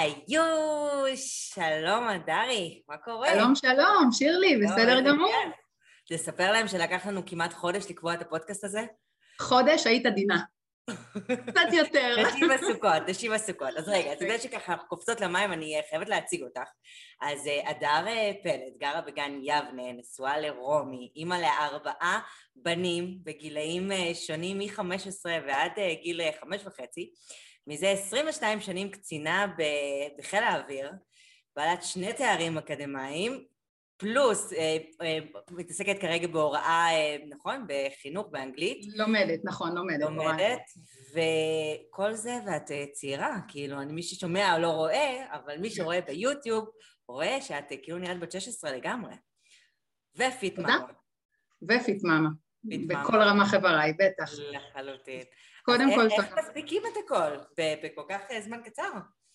שלום אדרי, מה קורה? שלום, שירלי, בסדר גמור. תספר להם שלקח לנו כמעט חודש לקבוע את הפודקאסט הזה? חודש היית עדינה. קצת יותר. נשים הסוכות. אז רגע, אז בגלל שככה אנחנו קופצות למים, אני חייבת להציג אותך. אז הדר פלד גרה בגן יבנה, נשואה לרומי, אימא ל4 בנים בגילאים שונים מ-15 ועד גיל 5.5. מזה 22 שנים קצינה בחיל האוויר, בעלת 2 תארים אקדמיים, פלוס מתעסקת כרגע בהוראה, נכון? בחינוך, באנגלית. לומדת, נכון, לומדת. וכל זה, ואת צעירה, כאילו, מי ששומע או לא רואה, אבל מי שרואה ביוטיוב, רואה שאת כאילו נראית בת 16 לגמרי. ופיט מאמה. ופיט מאמה. בכל רמה חבריי, בטח. לחלוטין. קודם כל... איך מספיקים את הכל בכל כך זמן קצר?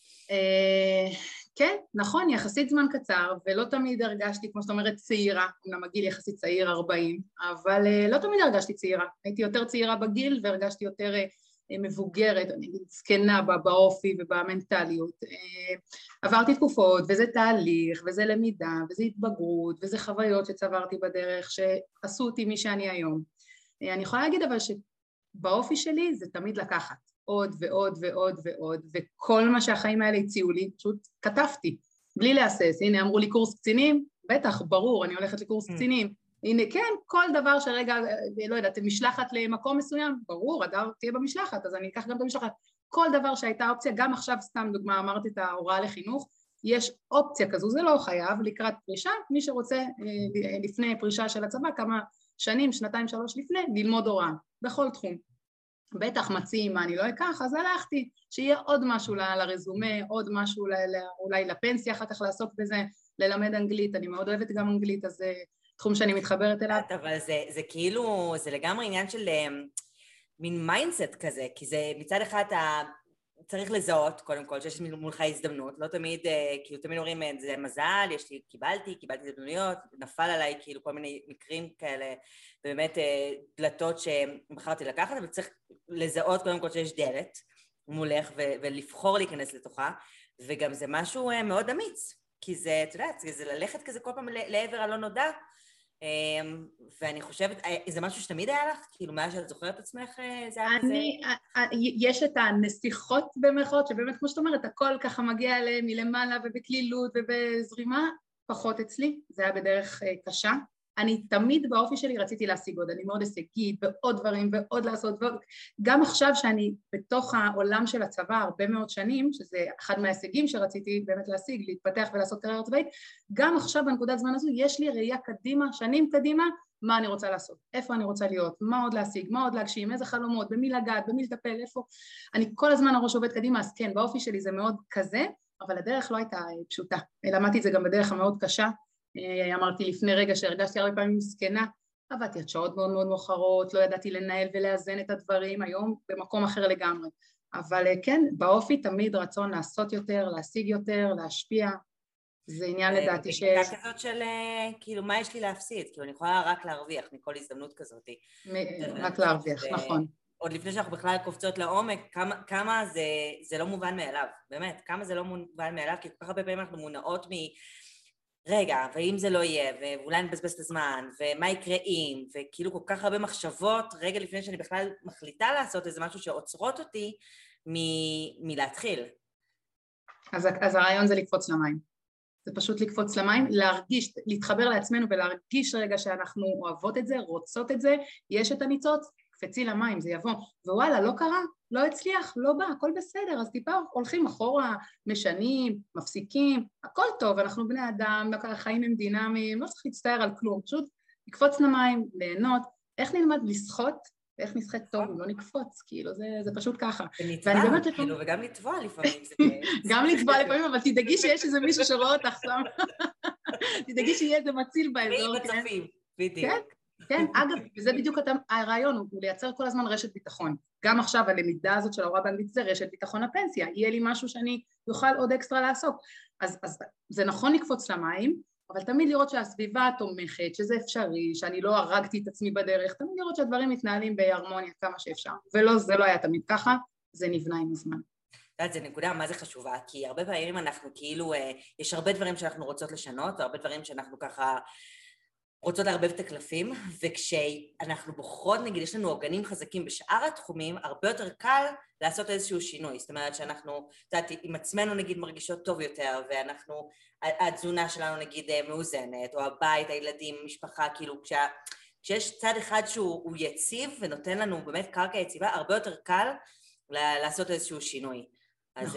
כן, נכון, יחסית זמן קצר, ולא תמיד הרגשתי, כמו שאת אומרת, צעירה, אמנם הגיל יחסית צעיר 40, אבל לא תמיד הרגשתי צעירה. הייתי יותר צעירה בגיל והרגשתי יותר מבוגרת, אני אגיד, זקנה באופי ובמנטליות. עברתי תקופות, וזה תהליך, וזה למידה, וזה התבגרות, וזה חוויות שצברתי בדרך, שעשו אותי מי שאני היום. אני יכולה להגיד אבל שבאופי שלי זה תמיד לקחת. עוד ועוד ועוד ועוד, וכל מה שהחיים האלה הציעו לי, פשוט כתבתי, בלי להסס. הנה, אמרו לי קורס קצינים, בטח, ברור, אני הולכת לקורס קצינים. הנה, כן, כל דבר שרגע, לא יודעת, משלחת למקום מסוים, ברור, הדר תהיה במשלחת, אז אני אקח גם את המשלחת. כל דבר שהייתה אופציה, גם עכשיו סתם דוגמה, אמרתי את ההוראה לחינוך, יש אופציה כזו, זה לא חייב, לקראת פרישה, מי שרוצה לפני פרישה של הצבא, כמה שנים, 2-3 לפני, ללמוד הוראה, בכל תחום. בטח מציעים מה אני לא אקח, אז הלכתי, שיהיה עוד משהו לרזומה, עוד משהו אולי לפנסיה, אחר כך לעסוק בזה, ללמד אנגלית, אני מאוד אוהבת גם אנגלית, אז זה תחום שאני מתחברת אליו. אבל זה כאילו, זה לגמרי עניין של מין מיינדסט כזה, כי זה מצד אחד אתה צריך לזהות, קודם כל, שיש מולך הזדמנות, לא תמיד, כאילו תמיד אומרים, זה מזל, קיבלתי הזדמנויות, נפל עליי כאילו כל מיני מקרים כאלה, ובאמת דלתות שבחרתי לקחת, אבל צריך לזהות קודם כל שיש דלת מולך, ולבחור להיכנס לתוכה, וגם זה משהו מאוד אמיץ, כי זה, אתה יודע, זה ללכת כזה כל פעם לעבר הלא נודע, ואני חושבת, זה משהו שתמיד היה לך? כאילו, מה שאת זוכרת את עצמך, זה היה כזה? יש את הנסיכות במרכאות, שבאמת, כמו שאת אומרת, הכל ככה מגיע אליהם מלמעלה ובכלילות ובזרימה, פחות אצלי, זה היה בדרך קשה. אני תמיד באופי שלי רציתי להשיג עוד, אני מאוד הישגית, ועוד דברים, ועוד לעשות, גם עכשיו שאני בתוך העולם של הצבא הרבה מאוד שנים, שזה אחד מההישגים שרציתי באמת להשיג, להתפתח ולעשות קריירה צבאית, גם עכשיו בנקודת זמן הזו יש לי ראייה קדימה, שנים קדימה, מה אני רוצה לעשות, איפה אני רוצה להיות, מה עוד להשיג, מה עוד להגשים, איזה חלומות, במי לגעת, במי לטפל, איפה, אני כל הזמן הראש עובד קדימה, אז כן, באופי שלי זה מאוד כזה, אבל הדרך לא הייתה פשוטה, למדתי את זה גם בדרך המאוד קשה, אמרתי לפני רגע שהרגשתי הרבה פעמים מסכנה, עבדתי עד שעות מאוד מאוד מאוחרות, לא ידעתי לנהל ולאזן את הדברים, היום במקום אחר לגמרי, אבל כן, באופי תמיד רצון לעשות יותר, להשיג יותר, להשפיע, זה עניין לדעתי ש... בגישה כזאת של, כאילו, מה יש לי להפסיד? כאילו, אני יכולה רק להרוויח מכל הזדמנות כזאת. רק להרוויח, נכון. עוד לפני שאנחנו בכלל קופצות לעומק, כמה זה לא מובן מאליו, באמת, כמה זה לא מובן מאליו, כי כל כך הרבה פעמים אנחנו מונעות רגע, ואם זה לא יהיה, ואולי נבזבז את הזמן, ומה יקרה אם, וכאילו כל כך הרבה מחשבות, רגע לפני שאני בכלל מחליטה לעשות איזה משהו שעוצרות אותי מלהתחיל. אז הרעיון זה לקפוץ למים. זה פשוט לקפוץ למים, להרגיש, להתחבר לעצמנו ולהרגיש רגע שאנחנו אוהבות את זה, רוצות את זה, יש את הניצוץ, קפצי למים, זה יבוא, ווואלה, לא קרה, לא הצליח, לא בא, הכל בסדר, אז טיפה הולכים אחורה, משנים, מפסיקים, הכל טוב, אנחנו בני אדם, החיים הם דינמיים, לא צריך להצטער על כלום, פשוט לקפוץ למים, ליהנות, איך נלמד לשחות, ואיך נשחק טוב, לא נקפוץ, כאילו, זה פשוט ככה. ונטבע, כאילו, וגם לטבוע לפעמים. גם לטבוע לפעמים, אבל תדאגי שיש איזה מישהו שרואה אותך שם, תדאגי שיהיה איזה מציל באזור, כן? בדיוק. כן, אגב, וזה בדיוק הרעיון, הוא לייצר כל הזמן רשת ביטחון. גם עכשיו הלמידה הזאת של ההוראה באנגלית זה רשת ביטחון לפנסיה, יהיה לי משהו שאני יוכל עוד אקסטרה לעסוק. אז זה נכון לקפוץ למים, אבל תמיד לראות שהסביבה תומכת, שזה אפשרי, שאני לא הרגתי את עצמי בדרך, תמיד לראות שהדברים מתנהלים בהרמוניה כמה שאפשר. ולא, זה לא היה תמיד ככה, זה נבנה עם הזמן. זו נקודה מה זה חשובה, כי הרבה פעמים אנחנו כאילו, יש הרבה דברים שאנחנו רוצות לשנות, והרבה דברים שאנחנו ככה רוצות לערבב את הקלפים, וכשאנחנו בוחרות, נגיד, יש לנו עוגנים חזקים בשאר התחומים, הרבה יותר קל לעשות איזשהו שינוי. זאת אומרת שאנחנו, את יודעת, עם עצמנו נגיד מרגישות טוב יותר, ואנחנו, התזונה שלנו נגיד מאוזנת, או הבית, הילדים, משפחה, כאילו כשיש צד אחד שהוא יציב ונותן לנו באמת קרקע יציבה, הרבה יותר קל לעשות איזשהו שינוי. אז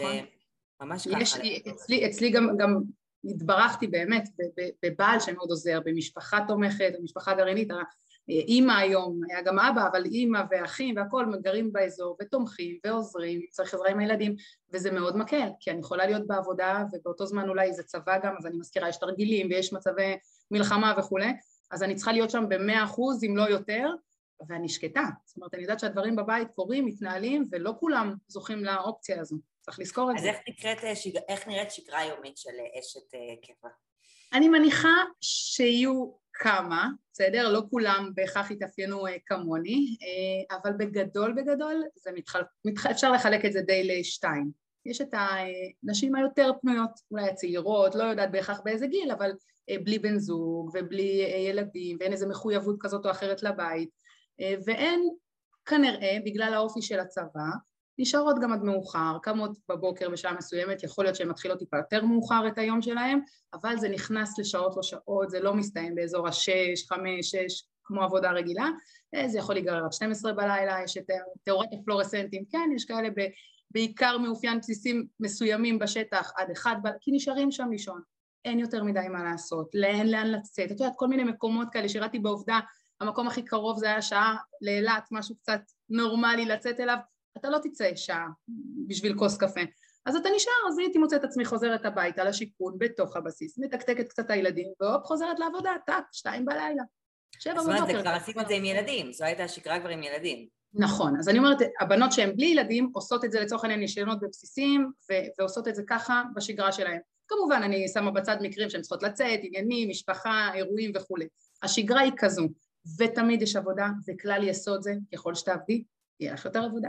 ממש ככה. אצלי גם התברכתי באמת בבעל שמאוד עוזר, במשפחה תומכת, במשפחה גרעינית, אימא היום, היה גם אבא, אבל אימא ואחים והכל גרים באזור ותומכים ועוזרים, צריך עזרה עם הילדים, וזה מאוד מקל, כי אני יכולה להיות בעבודה ובאותו זמן אולי זה צבא גם, אז אני מזכירה, יש תרגילים ויש מצבי מלחמה וכו', אז אני צריכה להיות שם ב100% אם לא יותר, ואני שקטה, זאת אומרת, אני יודעת שהדברים בבית קורים, מתנהלים, ולא כולם זוכים לאופציה הזו, צריך לזכור את זה. אז איך נראית שגרה יומית של אשת קבע? אני מניחה שיהיו כמה, בסדר? לא כולם בהכרח יתאפיינו כמוני, אבל בגדול זה אפשר לחלק את זה די לשתיים. יש את הנשים היותר פנויות, אולי הצעירות, לא יודעת בהכרח באיזה גיל, אבל בלי בן זוג ובלי ילדים, ואין איזו מחויבות כזאת או אחרת לבית, ואין כנראה, בגלל האופי של הצבא, נשארות גם עד מאוחר, קמות בבוקר בשעה מסוימת, יכול להיות שהן מתחילות טיפה יותר מאוחר את היום שלהם, אבל זה נכנס לשעות לא שעות, זה לא מסתיים באזור ה-6, 5, 6, כמו עבודה רגילה, זה יכול להיגרר עד 12 בלילה, יש את תאורת הפלורסנטים, כן, יש כאלה בעיקר מאופיין בסיסים מסוימים בשטח עד 1, כי נשארים שם לישון, אין יותר מדי מה לעשות, לאן לצאת, את יודעת, כל מיני מקומות כאלה, שירתי בעובדה, המקום הכי קרוב זה היה שעה לאילת, משהו קצת נורמלי לצאת אליו, אתה לא תצא שעה בשביל כוס קפה, אז אתה נשאר, אז הייתי מוצאת עצמי חוזרת הביתה לשיכון בתוך הבסיס, מתקתקת קצת הילדים, והופ חוזרת לעבודה, טק, 2 בלילה, 7 בבוקר. זאת אומרת, זה כבר עשית את זה עם ילדים, זו הייתה השגרה כבר עם ילדים. נכון, אז אני אומרת, הבנות שהן בלי ילדים עושות את זה לצורך העניין נשענות בבסיסים, ועושות את זה ככה בשגרה שלהן. כמובן, אני שמה בצד מקרים שהן צריכות לצאת, עניינים, משפחה, אירועים וכו'. השגרה היא כזו, ותמיד יש עבודה, וכלל יסוד זה, ככל שתעבדי, יהיה לך יותר עבודה.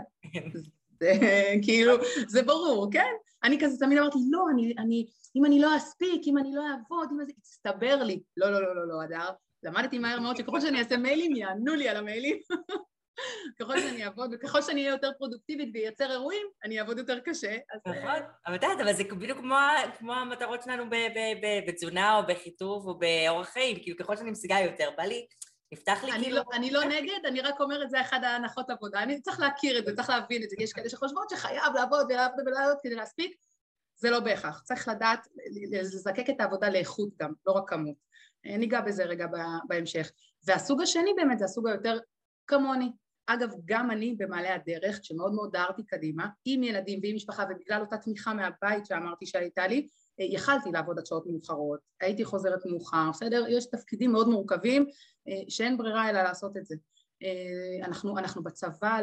כאילו, זה ברור, כן? אני כזה תמיד אמרתי, לא, אם אני לא אספיק, אם אני לא אעבוד, אם זה יצטבר לי. לא, אדר. למדתי מהר מאוד שככל שאני אעשה מיילים, יענו לי על המיילים. ככל שאני אעבוד, וככל שאני אהיה יותר פרודוקטיבית וייצר אירועים, אני אעבוד יותר קשה. נכון, אבל זה בדיוק כמו המטרות שלנו בתזונה או בחיטוב או באורח חיים, כאילו ככל שאני משיגה יותר, בא לי, נפתח לי כאילו... אני לא נגד, אני רק אומרת, זה אחד ההנחות עבודה, אני צריך להכיר את זה, צריך להבין את זה, יש כאלה שחושבות שחייב לעבוד ולעבוד כדי להספיק, זה לא בהכרח, צריך לדעת, לזקק את העבודה לאיכות גם, לא רק כמות. ניגע בזה רגע בהמשך. והסוג השני באמת זה הסוג היותר כמוני. אגב, גם אני במעלה הדרך, שמאוד מאוד דהרתי קדימה, עם ילדים ועם משפחה, ובגלל אותה תמיכה מהבית שאמרתי שהייתה לי, יכלתי לעבוד עד שעות מאוחרות, הייתי חוזרת מאוחר, בסדר? יש תפקידים מאוד מורכבים שאין ברירה אלא לעשות את זה. אנחנו בצבא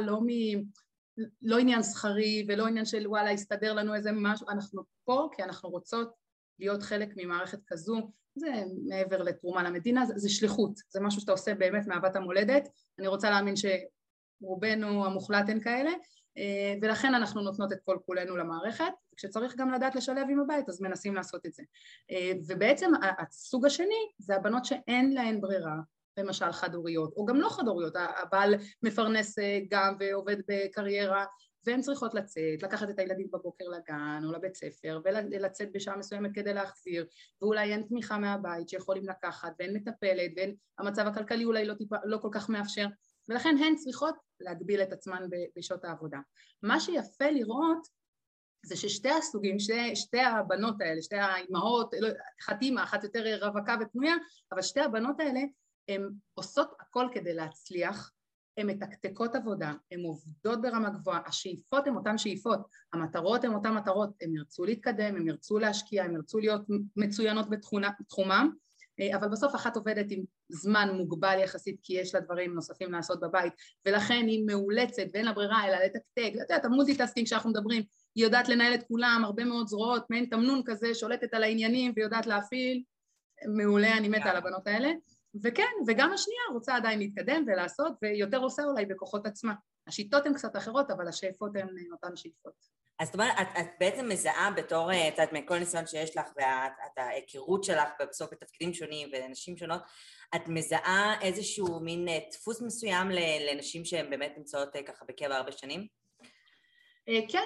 לא עניין שכרי ולא עניין של וואלה, יסתדר לנו איזה משהו, אנחנו פה כי אנחנו רוצות להיות חלק ממערכת כזו, זה מעבר לתרומה למדינה, זה שליחות, זה משהו שאתה עושה באמת מאהבת המולדת, אני רוצה להאמין שרובנו המוחלט הן כאלה, ולכן אנחנו נותנות את כל כולנו למערכת, כשצריך גם לדעת לשלב עם הבית, אז מנסים לעשות את זה. ובעצם הסוג השני זה הבנות שאין להן ברירה, למשל חד-הוריות, או גם לא חד-הוריות, הבעל מפרנס גם ועובד בקריירה, והן צריכות לצאת, לקחת את הילדים בבוקר לגן או לבית ספר, ולצאת בשעה מסוימת כדי להחזיר, ואולי אין תמיכה מהבית שיכולים לקחת, ואין מטפלת, והמצב הכלכלי אולי לא כל כך מאפשר, ולכן הן צריכות להגביל את עצמן בשעות העבודה. מה שיפה לראות זה ששתי הסוגים, שתי הבנות האלה, שתי האימהות, אחת אימא, אחת יותר רווקה ופנויה, אבל שתי הבנות האלה הן עושות הכל כדי להצליח, הן מתקתקות עבודה, הן עובדות ברמה גבוהה, השאיפות הן אותן שאיפות, המטרות הן אותן מטרות, הן ירצו להתקדם, הן ירצו להשקיע, הן ירצו להיות מצוינות בתחומם, אבל בסוף אחת עובדת עם זמן מוגבל יחסית, כי יש לה דברים נוספים לעשות בבית, ולכן היא מאולצת ואין לה ברירה אלא לתקתק, אתה יודע, את המולטיטאסקינג שאנחנו מדברים, היא יודעת לנהל את כולם, הרבה מאוד זרועות, מעין תמנון כזה, שולטת על העניינים ויודעת להפעיל, מעולה, אני מתה על הבנות האלה, וכן, וגם השנייה רוצה עדיין להתקדם ולעשות, ויותר עושה אולי בכוחות עצמה. השיטות הן קצת אחרות, אבל השאיפות הן אותן שאיפות. אז זאת אומרת, את בעצם מזהה בתור, מכל ניסיון שיש לך, ואת ההיכרות שלך בסוף בתפקידים שונים ולנשים שונות, את מזהה איזשהו מין דפוס מסוים לנשים שהן באמת נמצאות ככה בקבע הרבה שנים? כן,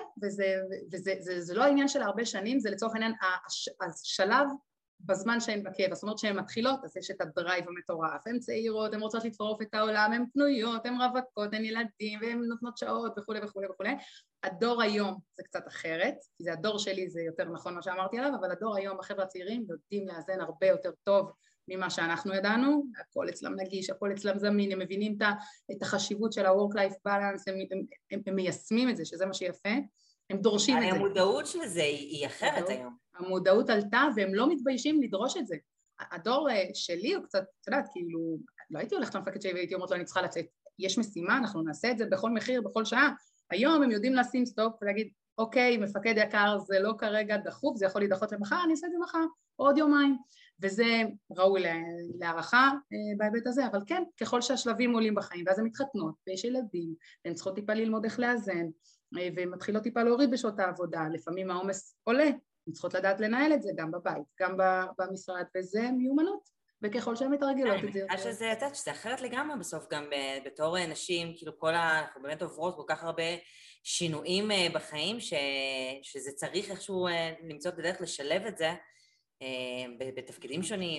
וזה לא העניין של הרבה שנים, זה לצורך העניין השלב בזמן שהן בקבע, זאת אומרת שהן מתחילות, אז יש את הדרייב המטורף, הן צעירות, הן רוצות לטרוף את העולם, הן פנויות, הן רווקות, הן ילדים, והן נותנות שעות וכו' וכו' וכו'. הדור היום זה קצת אחרת, כי זה הדור שלי, זה יותר נכון מה שאמרתי עליו, אבל הדור היום, החבר'ה הצעירים, יודעים לאזן הרבה יותר טוב ממה שאנחנו ידענו, הכל אצלם נגיש, הכל אצלם זמין, הם מבינים את החשיבות של ה-work-life balance, הם מיישמים את זה, שזה מה שיפה, הם דורשים את זה. המודעות של זה היא אחרת היום. המודעות עלתה והם לא מתביישים לדרוש את זה. הדור שלי הוא קצת, את יודעת, כאילו, לא הייתי הולכת למפקד שלי והייתי אומרת לו, אני צריכה לצאת, יש משימה, אנחנו נעשה את זה בכל מחיר, בכל שעה. היום הם יודעים לשים סטופ ולהגיד, אוקיי, מפקד יקר, זה לא כרגע דחוף, זה יכול להידחות למחר, אני אעשה את זה מחר, עוד יומיים. וזה ראוי להערכה בהיבט הזה, אבל כן, ככל שהשלבים עולים בחיים, ואז הם מתחתנות, ויש ילדים, והן צריכות טיפה ללמוד איך לאזן, והן מתחילות טיפה להוריד בשעות העבודה, לפעמים העומס עולה, הן צריכות לדעת לנהל את זה גם בבית, גם במשרד, וזה מיומנות, וככל שהן מתרגלות את זה יותר. אני חושבת שזה אחרת לגמרי בסוף, גם בתור נשים, כאילו אנחנו באמת עוברות כל כך הרבה שינויים בחיים, שזה צריך איכשהו למצוא את הדרך לשלב את זה, בתפקידים שונים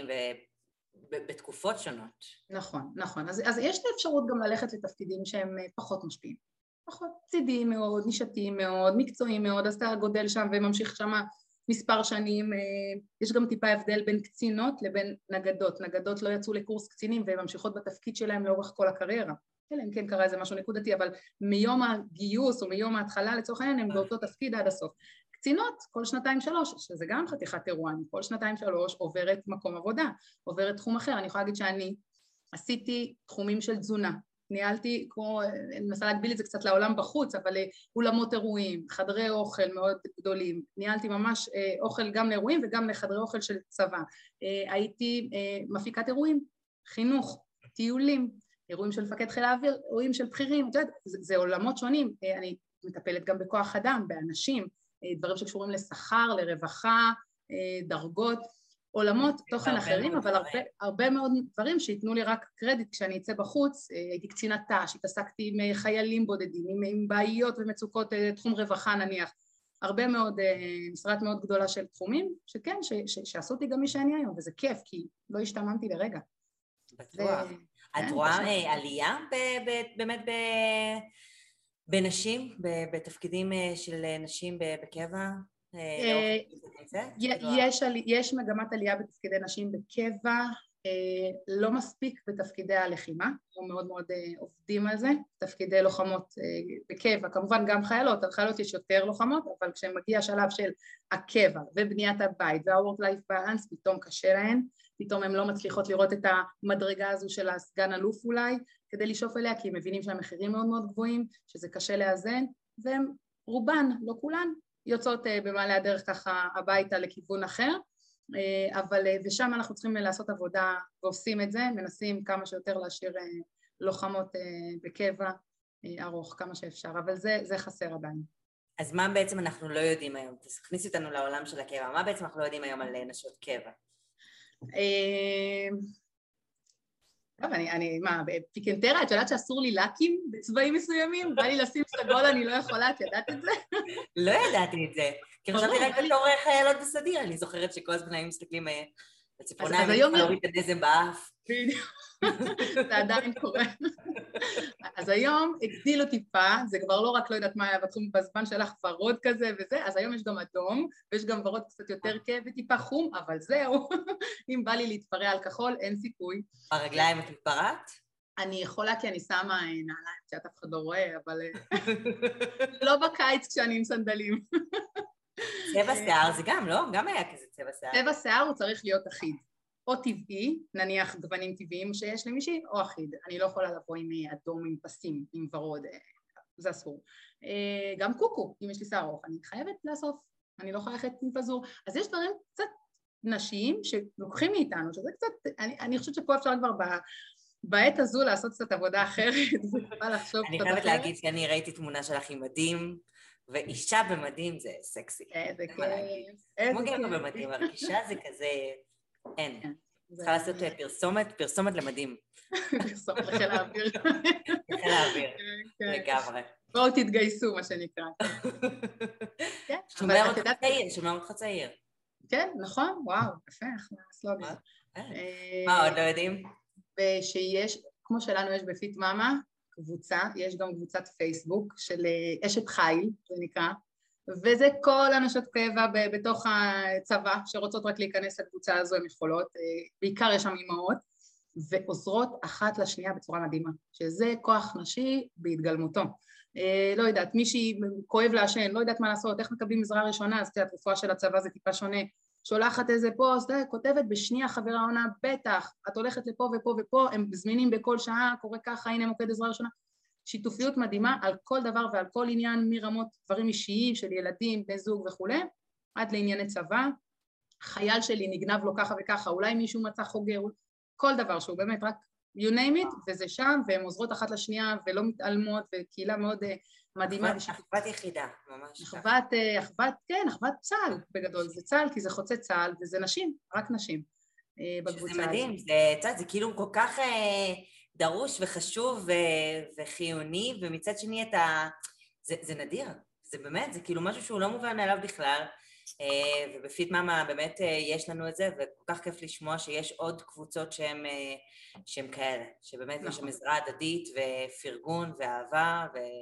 ובתקופות שונות. נכון, נכון. אז יש את האפשרות גם ללכת לתפקידים שהם פחות משפיעים. פחות צידיים מאוד, נישתיים מאוד, מקצועיים מאוד, אז אתה גודל שם וממשיך שם מספר שנים. יש גם טיפה הבדל בין קצינות לבין נגדות. נגדות לא יצאו לקורס קצינים והן ממשיכות בתפקיד שלהם לאורך כל הקריירה. אלא אם כן קרה איזה משהו נקודתי, אבל מיום הגיוס או מיום ההתחלה לצורך העניין הם באותו תפקיד עד הסוף. קצינות, כל 2-3, שזה גם חתיכת אירוע, כל 2-3 עוברת מקום עבודה, עוברת תחום אחר. אני יכולה להגיד שאני עשיתי תחומים של תזונה, ניהלתי, אני מנסה להגביל את זה קצת לעולם בחוץ, אבל אולמות אירועים, חדרי אוכל מאוד גדולים, ניהלתי ממש אוכל גם לאירועים וגם לחדרי אוכל של צבא, הייתי מפיקת אירועים, חינוך, טיולים, אירועים של מפקד חיל האוויר, אירועים של בכירים, זה עולמות שונים, אני מטפלת גם בכוח אדם, באנשים, דברים שקשורים לשכר, לרווחה, דרגות, עולמות תוכן אחרים, אבל הרבה מאוד דברים שיתנו לי רק קרדיט כשאני אצא בחוץ. הייתי קצינת ת"ש, התעסקתי עם חיילים בודדים, עם בעיות ומצוקות, תחום רווחה נניח, הרבה מאוד, משרת מאוד גדולה של תחומים, שכן, שעשו אותי גם מי שאני היום, וזה כיף, כי לא השתממתי לרגע. בטוח. את רואה עלייה באמת בנשים, בתפקידים של נשים בקבע? יש מגמת עלייה בתפקידי נשים בקבע, לא מספיק בתפקידי הלחימה, אנחנו מאוד מאוד עובדים על זה, תפקידי לוחמות בקבע, כמובן גם חיילות, על חיילות יש יותר לוחמות, אבל כשמגיע השלב של הקבע ובניית הבית וה-work-life balance, פתאום קשה להן, פתאום הן לא מצליחות לראות את המדרגה הזו של הסגן אלוף אולי, כדי לשאוף אליה, כי הם מבינים שהמחירים מאוד מאוד גבוהים, שזה קשה לאזן, והם רובן, לא כולן, יוצאות במעלה הדרך ככה הביתה לכיוון אחר, אבל ושם אנחנו צריכים לעשות עבודה ועושים את זה, מנסים כמה שיותר להשאיר לוחמות בקבע ארוך כמה שאפשר, אבל זה חסר עדיין. אז מה בעצם אנחנו לא יודעים היום? תכניסי אותנו לעולם של הקבע, מה בעצם אנחנו לא יודעים היום על נשות קבע? טוב, מה, בפיקנטרה, את יודעת שאסור לי לקים בצבעים מסוימים? בא לי לשים סגול, אני לא יכולה, את ידעת את זה? לא ידעתי את זה, כי חשבתי רק בתור חיילות בסדיר, אני זוכרת שכל הזמן היו מסתכלים בציפורניים, אני צריכה להוריד את הנזם באף. זה עדיין קורה. אז היום הגדילו טיפה, זה כבר לא רק לא יודעת מה היה בתחום בזמן שלך ורוד כזה וזה, אז היום יש גם אדום, ויש גם ורוד קצת יותר כיף וטיפה חום, אבל זהו, אם בא לי להתפרע על כחול, אין סיכוי. ברגליים את מתפרעת? אני יכולה כי אני שמה נעליים שאת אף אחד לא רואה, אבל לא בקיץ כשאני עם סנדלים. צבע שיער זה גם, לא? גם היה כזה צבע שיער. צבע שיער הוא צריך להיות אחיד. או טבעי, נניח גוונים טבעיים שיש למישהי, או אחיד. אני לא יכולה לבוא עם אדום, עם פסים, עם ורוד, זה אסור. גם קוקו, אם יש לי שיער ארוך, אני חייבת לאסוף, אני לא יכולה ללכת עם פזור. אז יש דברים קצת נשיים שלוקחים מאיתנו, שזה קצת, אני חושבת שפה אפשר כבר בעת הזו לעשות קצת עבודה אחרת, זה כבר לחשוב קצת אחרת. אני חייבת להגיד שאני ראיתי תמונה שלך עם מדים, ואישה במדים זה סקסי. איזה כיף. כמו גבר במדים, אבל אישה זה כזה, אין. צריכה לעשות פרסומת למדים. פרסומת לחיל האוויר. לחיל האוויר, לגמרי. בואו תתגייסו, מה שנקרא. שומע אותך צעיר. כן, נכון, וואו, יפה, אחלה סלוגן. מה עוד לא יודעים? ושיש, כמו שלנו יש בפיט מאמה, קבוצה, יש גם קבוצת פייסבוק של אשת חיל, זה נקרא, וזה כל הנשות קבע בתוך הצבא, שרוצות רק להיכנס לקבוצה הזו, הן יכולות, בעיקר יש שם אימהות, ועוזרות אחת לשנייה בצורה מדהימה, שזה כוח נשי בהתגלמותו. לא יודעת, מישהי כואב לעשן, לא יודעת מה לעשות, איך מקבלים עזרה ראשונה, אז התרופה של הצבא זה טיפה שונה, שולחת איזה פוסט, כותבת בשנייה חברה עונה, בטח, את הולכת לפה ופה ופה, הם זמינים בכל שעה, קורה ככה, הנה מוקד עזרה ראשונה. שיתופיות מדהימה על כל דבר ועל כל עניין, מרמות דברים אישיים של ילדים, בני זוג וכו', עד לענייני צבא. חייל שלי נגנב לו ככה וככה, אולי מישהו מצא חוגר, כל דבר שהוא באמת רק you name it, וזה שם, והן עוזרות אחת לשנייה ולא מתעלמות, וקהילה מאוד מדהימה. אחוות יחידה, ממש. אחוות צה"ל בגדול, זה צה"ל כי זה חוצה צה"ל, וזה נשים, רק נשים בקבוצה. שזה מדהים, זה כאילו כל כך דרוש וחשוב וחיוני, ומצד שני זה נדיר, זה באמת, זה כאילו משהו שהוא לא מובן מאליו בכלל, ובפיט מאמה באמת יש לנו את זה, וכל כך כיף לשמוע שיש עוד קבוצות שהן כאלה, שבאמת יש שם עזרה הדדית ופרגון ואהבה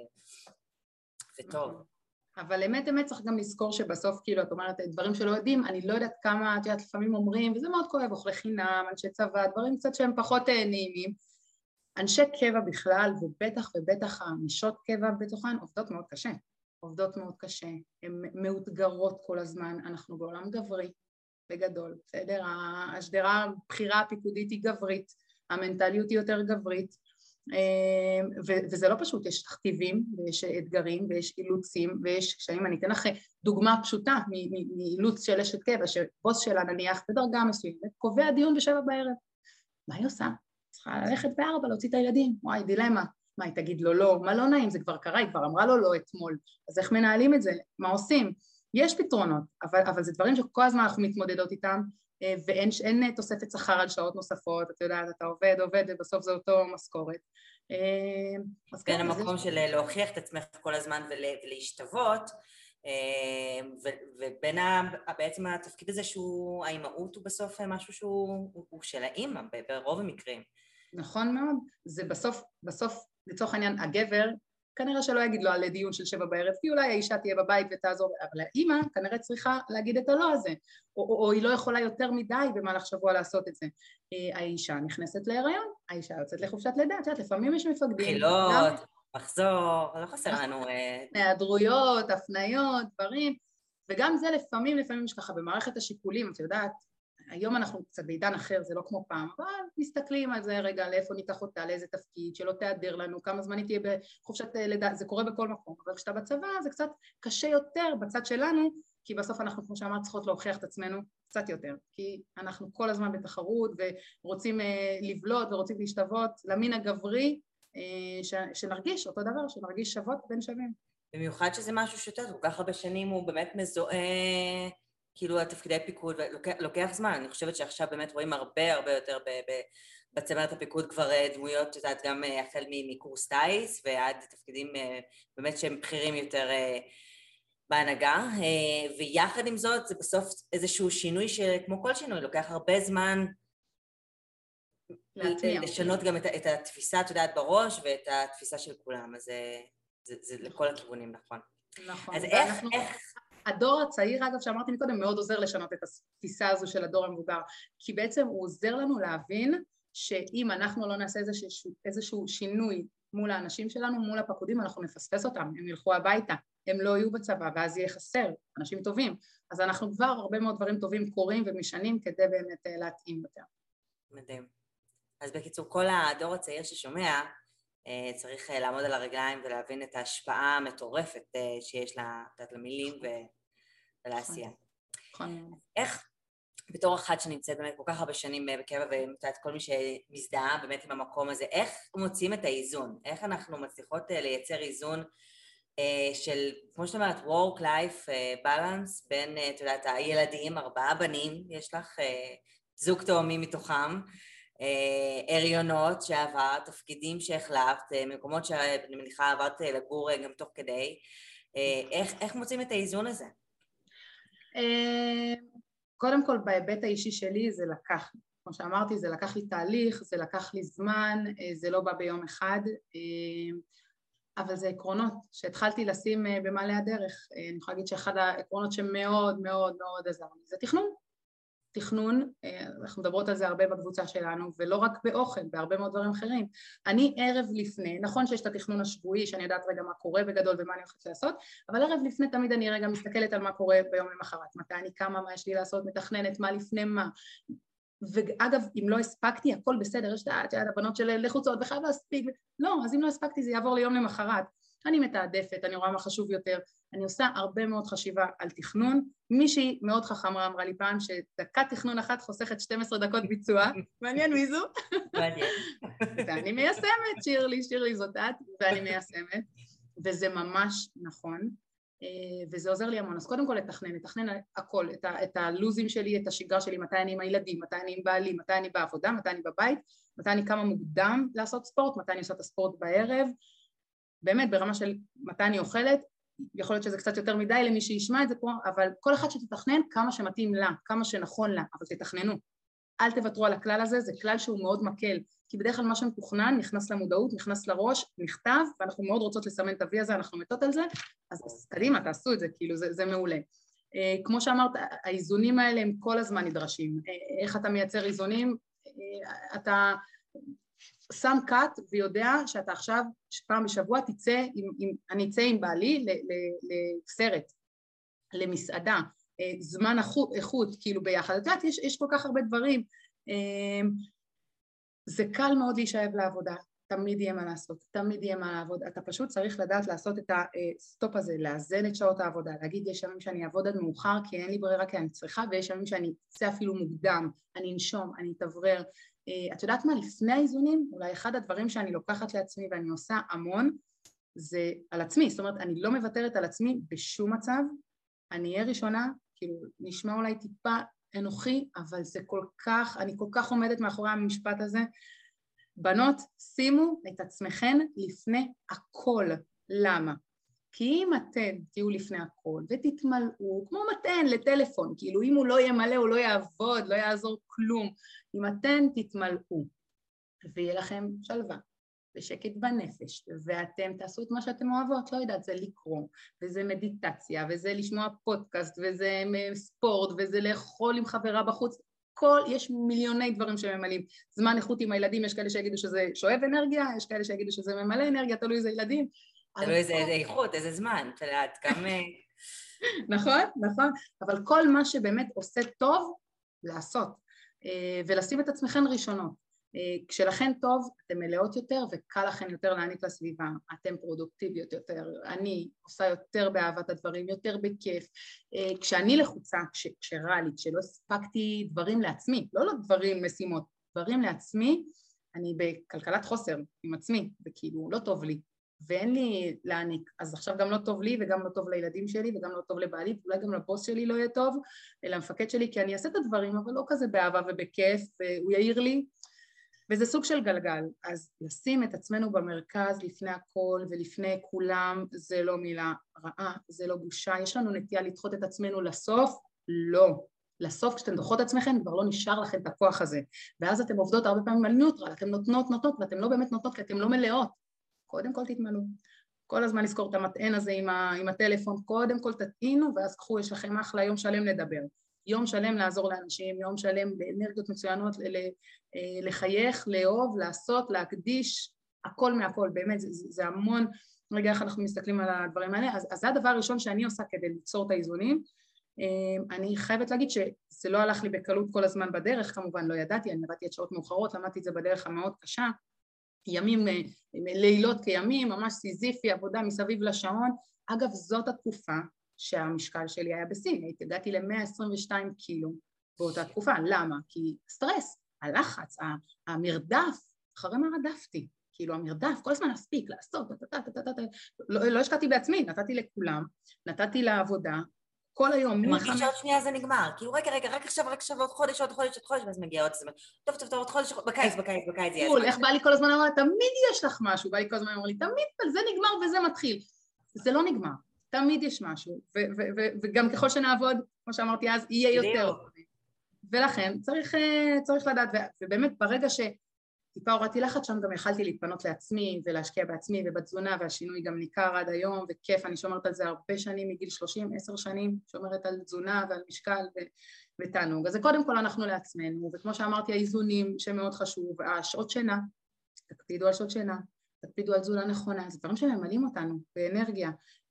וטוב. אבל אמת צריך גם לזכור שבסוף, כאילו, את אומרת, דברים שלא יודעים, אני לא יודעת כמה, את יודעת, לפעמים אומרים, וזה מאוד כואב, אוכלי חינם, אנשי צבא, דברים קצת שהם פחות נעימים. אנשי קבע בכלל, ובטח הנשות קבע בתוכן, עובדות מאוד קשה, הן מאותגרות כל הזמן, אנחנו בעולם גברי, בגדול, בסדר? השדרה, הבחירה הפיקודית היא גברית, המנטליות היא יותר גברית, וזה לא פשוט, יש תכתיבים ויש אתגרים ויש אילוצים ויש קשיים. אני אתן לך דוגמה פשוטה מאילוץ של אשת קבע, שבוס שלה נניח בדרגה מסוימת, קובע דיון ב7 בערב. מה היא עושה? צריכה ללכת ב4 להוציא את הילדים, וואי, דילמה. מה, היא תגיד לו לא? מה לא נעים? זה כבר קרה, היא כבר אמרה לו לא אתמול. אז איך מנהלים את זה? מה עושים? יש פתרונות, אבל זה דברים שכל הזמן אנחנו מתמודדות איתם, ואין תוספת שכר על שעות נוספות, אתה יודעת, אתה עובד, ובסוף זה אותו משכורת. בין המקום של להוכיח את עצמך כל הזמן ולהשתוות, ובין בעצם התפקיד הזה שהוא, האימהות הוא בסוף משהו שהוא של האימא, ברוב המקרים. נכון מאוד, זה בסוף, לצורך העניין, הגבר, כנראה שלא יגיד לו על דיון של 7 בערב, כי אולי האישה תהיה בבית ותעזור, אבל האמא כנראה צריכה להגיד את הלא הזה, או היא לא יכולה יותר מדי במהלך שבוע לעשות את זה. האישה נכנסת להיריון, האישה יוצאת לחופשת לידה, את יודעת, לפעמים יש מפקדים. חילות, מחזור, לא חסר לנו... היעדרויות, הפניות, דברים, וגם זה לפעמים יש ככה במערכת השיקולים, את יודעת, היום אנחנו קצת בעידן אחר, זה לא כמו פעם, אבל מסתכלים על זה רגע, לאיפה ניקח אותה, לאיזה תפקיד, שלא תיעדר לנו, כמה זמן היא תהיה בחופשת לידה, זה קורה בכל מקום, אבל כשאתה בצבא זה קצת קשה יותר בצד שלנו, כי בסוף אנחנו, כמו שאמרת, צריכות להוכיח את עצמנו קצת יותר, כי אנחנו כל הזמן בתחרות ורוצים לבלוט ורוצים להשתוות למין הגברי, שנרגיש אותו דבר, שנרגיש שוות בין שווים. במיוחד שזה משהו שאתה, כל כך הרבה שנים הוא באמת מזוהה, כאילו התפקידי פיקוד, לוקח זמן, אני חושבת שעכשיו באמת רואים הרבה יותר בצמרת הפיקוד כבר דמויות, יודעת, גם החל מקורס טייס ועד תפקידים באמת שהם בכירים יותר בהנהגה, ויחד עם זאת זה בסוף איזשהו שינוי שכמו כל שינוי, לוקח הרבה זמן לשנות גם את התפיסה, את יודעת, בראש ואת התפיסה של כולם, אז זה לכל הכיוונים, נכון. נכון. אז איך... הדור הצעיר, אגב, שאמרתי מקודם, מאוד עוזר לשנות את התפיסה הזו של הדור המבוגר, כי בעצם הוא עוזר לנו להבין שאם אנחנו לא נעשה איזשהו שינוי מול האנשים שלנו, מול הפקודים, אנחנו נפספס אותם, הם ילכו הביתה, הם לא יהיו בצבא, ואז יהיה חסר, אנשים טובים. אז אנחנו כבר הרבה מאוד דברים טובים קורים ומשנים כדי באמת להתאים יותר. מדהים. אז בקיצור, כל הדור הצעיר ששומע, צריך לעמוד על הרגליים ולהבין את ההשפעה המטורפת שיש למילים ולעשייה. בתור אחת שנמצאת באמת כל כך הרבה שנים בקבע ומתת כל מי שמזדהה באמת עם המקום הזה, איך מוצאים את האיזון? איך אנחנו מצליחות לייצר איזון של, כמו שאת אומרת, work-life balance בין, את יודעת, הילדים, 4 בנים, יש לך זוג תאומים מתוכם, הריונות שעברת, תפקידים שהחלפת, מקומות שאני מניחה עברת לגור גם תוך כדי, איך מוצאים את האיזון הזה? קודם כל בהיבט האישי שלי זה לקח, כמו שאמרתי, זה לקח לי תהליך, זה לקח לי זמן, זה לא בא ביום אחד, אבל זה עקרונות שהתחלתי לשים במעלה הדרך. אני יכולה להגיד שאחד העקרונות שמאוד מאוד מאוד עזר לי זה תכנון. תכנון, אנחנו מדברות על זה הרבה בקבוצה שלנו, ולא רק באוכל, בהרבה מאוד דברים אחרים. אני ערב לפני, נכון שיש את התכנון השבועי, שאני יודעת רגע מה קורה בגדול ומה אני הולכת לעשות, אבל ערב לפני תמיד אני רגע מסתכלת על מה קורה ביום למחרת, מתי אני קמה, מה יש לי לעשות, מתכננת, מה לפני מה. ואגב, אם לא הספקתי, הכל בסדר, יש את הבנות של לחוצות וחייב להספיק, לא, אז אם לא הספקתי זה יעבור ליום למחרת. אני מתעדפת, אני רואה מה חשוב יותר, אני עושה הרבה מאוד חשיבה על תכנון. מישהי מאוד חכמה אמרה לי פעם שדקת תכנון אחת חוסכת 12 דקות ביצוע, מעניין מי זו? מעניין. ואני מיישמת, שירלי זאת את, ואני מיישמת, וזה ממש נכון, וזה עוזר לי המון. אז קודם כל לתכנן הכל, את הלוזים שלי, את השגרה שלי, מתי אני עם הילדים, מתי אני עם בעלי, מתי אני בעבודה, מתי אני בבית, מתי אני קמה מוקדם לעשות ספורט, מתי אני עושה את הספורט בערב, באמת ברמה של מתי אני אוכלת, יכול להיות שזה קצת יותר מדי למי שישמע את זה פה, אבל כל אחד שתתכנן כמה שמתאים לה, כמה שנכון לה, אבל תתכננו. אל תוותרו על הכלל הזה, זה כלל שהוא מאוד מקל, כי בדרך כלל מה שמתוכנן נכנס למודעות, נכנס לראש, נכתב, ואנחנו מאוד רוצות לסמן את ה-V הזה, אנחנו מתות על זה, אז קדימה, תעשו את זה, כאילו זה מעולה. כמו שאמרת, האיזונים האלה הם כל הזמן נדרשים. איך אתה מייצר איזונים? אתה שם קאט ויודע שאתה עכשיו פעם בשבוע תצא, אני אצא עם בעלי לסרט, למסעדה, זמן איכות, כאילו ביחד. את יודעת, יש כל כך הרבה דברים. זה קל מאוד להישאב לעבודה, תמיד יהיה מה לעשות, תמיד יהיה מה לעבוד. אתה פשוט צריך לדעת לעשות את הסטופ הזה, לאזן את שעות העבודה, להגיד יש ימים שאני אעבוד עד מאוחר כי אין לי ברירה כי אני צריכה, ויש ימים שאני אצא אפילו מוקדם, אני אנשום, אני אתברר. את יודעת מה, לפני האיזונים, אולי אחד הדברים שאני לוקחת לעצמי ואני עושה המון, זה על עצמי, זאת אומרת, אני לא מוותרת על עצמי בשום מצב, אני אהיה ראשונה, כאילו נשמע אולי טיפה אנוכי, אבל זה כל כך, אני כל כך עומדת מאחורי המשפט הזה, בנות, שימו את עצמכן לפני הכל. למה? כי אם אתן תהיו לפני הכל ותתמלאו, כמו מתן לטלפון, כאילו אם הוא לא ימלא הוא לא יעבוד, לא יעזור כלום, אם אתן תתמלאו ויהיה לכם שלווה ושקט בנפש, ואתם תעשו את מה שאתם אוהבות, לא יודעת, זה לקרוא, וזה מדיטציה, וזה לשמוע פודקאסט, וזה ספורט, וזה לאכול עם חברה בחוץ, יש מיליוני דברים שממלאים. זמן איכות עם הילדים, יש כאלה שיגידו שזה שואב אנרגיה, יש כאלה שיגידו שזה ממלא אנרגיה, תלוי איזה ילדים. תלוי איזה איכות, איזה זמן, אתה יודעת, כמה... נכון, נכון, אבל כל מה שבאמת עושה טוב, לעשות, ולשים את עצמכם ראשונות. כשלכן טוב, אתם מלאות יותר וקל לכן יותר להעניק לסביבה, אתם פרודוקטיביות יותר, אני עושה יותר באהבת הדברים, יותר בכיף, כשאני לחוצה, כשרע לי, כשלא הספקתי דברים לעצמי, לא דברים משימות, דברים לעצמי, אני בכלכלת חוסר עם עצמי, וכאילו לא טוב לי, ואין לי להעניק, אז עכשיו גם לא טוב לי וגם לא טוב לילדים שלי וגם לא טוב לבעלי, ואולי גם לבוס שלי לא יהיה טוב, למפקד שלי, כי אני אעשה את הדברים, אבל לא כזה באהבה ובכיף, והוא יעיר לי, וזה סוג של גלגל. אז לשים את עצמנו במרכז לפני הכל ולפני כולם, זה לא מילה רעה, זה לא בושה, יש לנו נטייה לדחות את עצמנו לסוף, לא. לסוף כשאתם דוחות עצמכם כבר לא נשאר לכם את הכוח הזה, ואז אתם עובדות הרבה פעמים על ניוטרל, אתם נותנות, ואתם לא באמת נותנות כי אתם לא מלאות. קודם כל תתמלאו, כל הזמן לזכור את המטען הזה עם הטלפון, קודם כל תטעינו, ואז קחו, יש לכם אחלה יום שלם לדבר, יום שלם לעזור לאנשים, יום שלם באנרגיות מצוינות, לחייך, לאהוב, לעשות, להקדיש, הכל מהכל, באמת, זה המון. רגע, איך אנחנו מסתכלים על הדברים האלה, אז זה הדבר הראשון שאני עושה כדי ליצור את האיזונים. אני חייבת להגיד שזה לא הלך לי בקלות כל הזמן בדרך, כמובן לא ידעתי, אני עבדתי את שעות מאוחרות, למדתי את זה בדרך המאוד קשה, ימים, לילות כימים, ממש סיזיפי, עבודה מסביב לשעון. אגב, זאת התקופה שהמשקל שלי היה בסין, הגעתי ל-122 קילו, באותה תקופה. למה? כי סטרס, הלחץ, המרדף, אחרי מה רדפתי? כאילו המרדף, כל הזמן להספיק, לעשות, לא השקעתי בעצמי, נתתי לכולם, נתתי לעבודה, כל היום, זה מרגיש שעוד שנייה זה נגמר, כאילו רגע, רק עכשיו, עוד חודש, ואז מגיע עוד זמן, טוב, עוד חודש, בקיץ יהיה הזמן. איך בא לי כל הזמן אמרה, תמיד יש לך משהו, בא לי כל הזמן אמרה לי, תמיד, אבל זה נגמר וזה מתחיל. זה לא נגמר, תמיד יש משהו, וגם ככל שנעבוד, כמו שאמרתי אז, יהיה יותר. ולכן צריך לדעת, ובאמת ברגע טיפה הורדתי לחץ שם, גם יכלתי להתפנות לעצמי ולהשקיע בעצמי ובתזונה, והשינוי גם ניכר עד היום, וכיף, אני שומרת על זה הרבה שנים, מגיל 30, 10 שנים, שומרת על תזונה ועל משקל ותענוג. אז זה קודם כל אנחנו לעצמנו, וכמו שאמרתי, האיזונים שמאוד חשוב, השעות שינה, תקפידו על שעות שינה, תקפידו על תזונה נכונה, זה דברים שממלאים אותנו באנרגיה,